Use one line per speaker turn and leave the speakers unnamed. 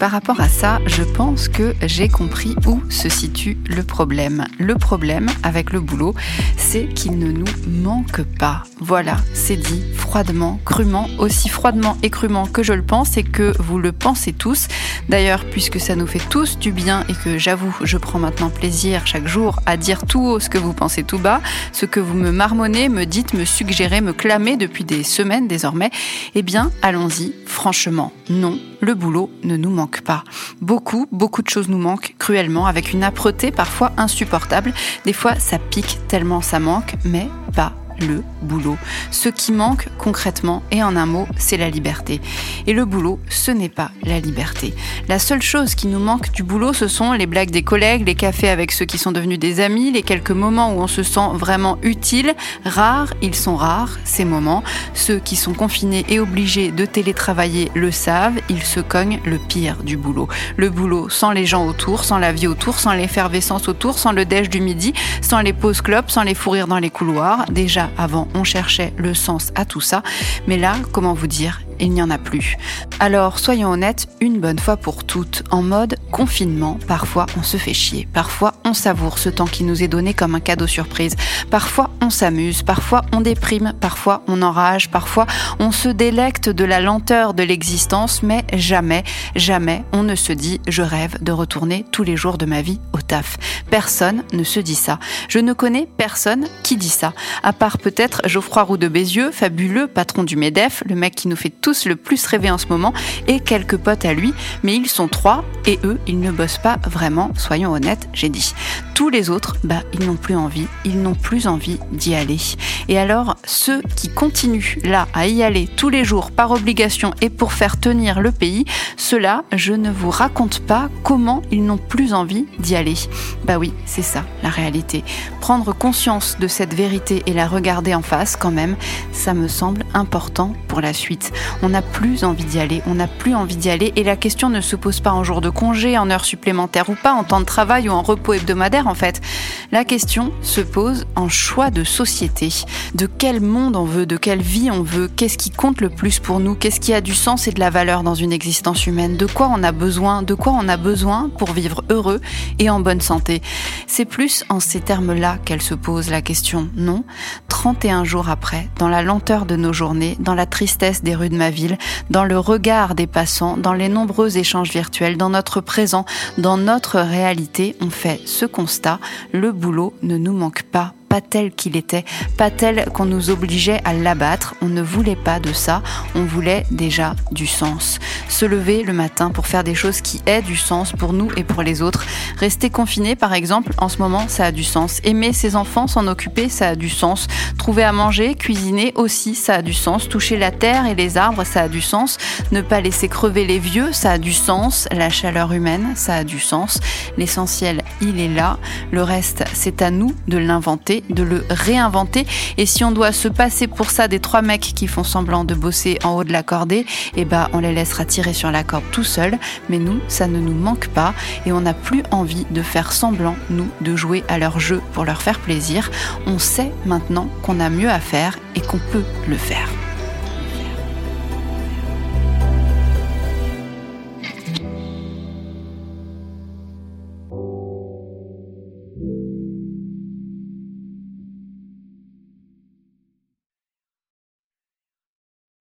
Par rapport à ça, je pense que j'ai compris où se situe le problème. Le problème avec le boulot, c'est qu'il ne nous manque pas. Voilà, c'est dit froidement, crûment, aussi froidement et crûment que je le pense et que vous le pensez tous. D'ailleurs, puisque ça nous fait tous du bien et que j'avoue, je prends maintenant plaisir chaque jour à dire tout haut ce que vous pensez tout bas, ce que vous me marmonnez, me dites, me suggérez, me clamez depuis des semaines désormais, eh bien, allons-y, franchement, non, le boulot ne nous manque pas. Beaucoup de choses nous manquent cruellement, avec une âpreté parfois insupportable. Des fois, ça pique tellement ça manque, mais pas le boulot. Ce qui manque concrètement et en un mot, c'est la liberté. Et le boulot, ce n'est pas la liberté. La seule chose qui nous manque du boulot, ce sont les blagues des collègues, les cafés avec ceux qui sont devenus des amis, les quelques moments où on se sent vraiment utile. Rares, ils sont rares, ces moments. Ceux qui sont confinés et obligés de télétravailler le savent, ils se cognent le pire du boulot. Le boulot sans les gens autour, sans la vie autour, sans l'effervescence autour, sans le déj du midi, sans les pauses clopes, sans les fous rires dans les couloirs. Déjà, avant, on cherchait le sens à tout ça, mais là, comment vous dire, il n'y en a plus. Alors, soyons honnêtes, une bonne fois pour toutes, en mode confinement, parfois on se fait chier, parfois on savoure ce temps qui nous est donné comme un cadeau surprise, parfois on s'amuse, parfois on déprime, parfois on enrage, parfois on se délecte de la lenteur de l'existence, mais jamais on ne se dit « je rêve de retourner tous les jours de ma vie au taf ». Personne ne se dit ça. Je ne connais personne qui dit ça, à part peut-être Geoffroy Roux de Bézieux, fabuleux patron du MEDEF, le mec qui nous fait tous le plus rêver en ce moment, et quelques potes à lui, mais ils sont 3, et eux, ils ne bossent pas vraiment, soyons honnêtes, j'ai dit. Tous les autres, ils n'ont plus envie d'y aller. Et alors, ceux qui continuent là à y aller tous les jours par obligation et pour faire tenir le pays, ceux-là, je ne vous raconte pas comment ils n'ont plus envie d'y aller. Oui, c'est ça, la réalité. Prendre conscience de cette vérité et la regarder en face, quand même, ça me semble important pour la suite. On n'a plus envie d'y aller, et la question ne se pose pas en jour de congé, en heures supplémentaires ou pas, en temps de travail ou en repos hebdomadaire en fait. La question se pose en choix de société. De quel monde on veut, de quelle vie on veut, qu'est-ce qui compte le plus pour nous, qu'est-ce qui a du sens et de la valeur dans une existence humaine, de quoi on a besoin pour vivre heureux et en bonne santé. C'est plus en ces termes-là qu'elle se pose la question, non ? 31 jours après, dans la lenteur de nos journées, dans la tristesse des rues de ma ville, dans le regard des passants, dans les nombreux échanges virtuels, dans notre présent, dans notre réalité, on fait ce constat, le boulot ne nous manque pas tel qu'il était, pas tel qu'on nous obligeait à l'abattre. On ne voulait pas de ça, on voulait déjà du sens. Se lever le matin pour faire des choses qui aient du sens pour nous et pour les autres. Rester confiné, par exemple, en ce moment, ça a du sens. Aimer ses enfants, s'en occuper, ça a du sens. Trouver à manger, cuisiner aussi, ça a du sens. Toucher la terre et les arbres, ça a du sens. Ne pas laisser crever les vieux, ça a du sens. La chaleur humaine, ça a du sens. L'essentiel, il est là. Le reste, c'est à nous de l'inventer, de le réinventer, et si on doit se passer pour ça des 3 mecs qui font semblant de bosser en haut de la cordée, on les laissera tirer sur la corde tout seuls, mais nous, ça ne nous manque pas, et on n'a plus envie de faire semblant, nous, de jouer à leur jeu pour leur faire plaisir. On sait maintenant qu'on a mieux à faire et qu'on peut le faire.